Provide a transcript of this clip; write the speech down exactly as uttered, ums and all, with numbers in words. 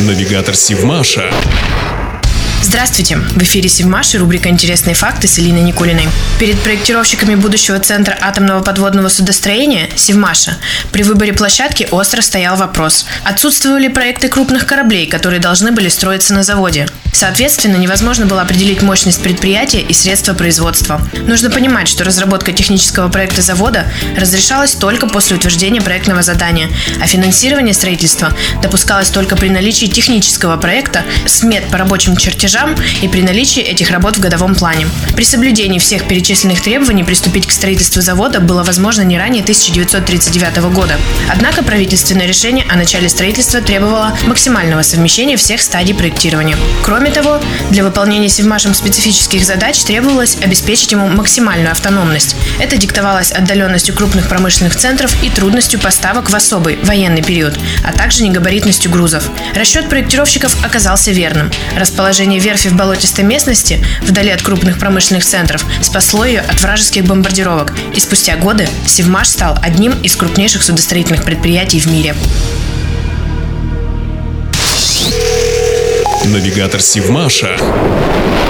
Навигатор Севмаша. Здравствуйте! В эфире Севмаш и рубрика «Интересные факты» с Элиной Никулиной. Перед проектировщиками будущего центра атомного подводного судостроения Севмаша при выборе площадки остро стоял вопрос: отсутствовали проекты крупных кораблей, которые должны были строиться на заводе. Соответственно, невозможно было определить мощность предприятия и средства производства. Нужно понимать, что разработка технического проекта завода разрешалась только после утверждения проектного задания, а финансирование строительства допускалось только при наличии технического проекта, смет по рабочим чертежам и при наличии этих работ в годовом плане. При соблюдении всех перечисленных требований приступить к строительству завода было возможно не ранее тысяча девятьсот тридцать девятого года. Однако правительственное решение о начале строительства требовало максимального совмещения всех стадий проектирования. Кроме того, для выполнения Севмашем специфических задач требовалось обеспечить ему максимальную автономность. Это диктовалось отдаленностью крупных промышленных центров и трудностью поставок в особый военный период, а также негабаритностью грузов. Расчет проектировщиков оказался верным. Расположение верфи в болотистой местности, вдали от крупных промышленных центров, спасло ее от вражеских бомбардировок, и спустя годы Севмаш стал одним из крупнейших судостроительных предприятий в мире. Навигатор Севмаша.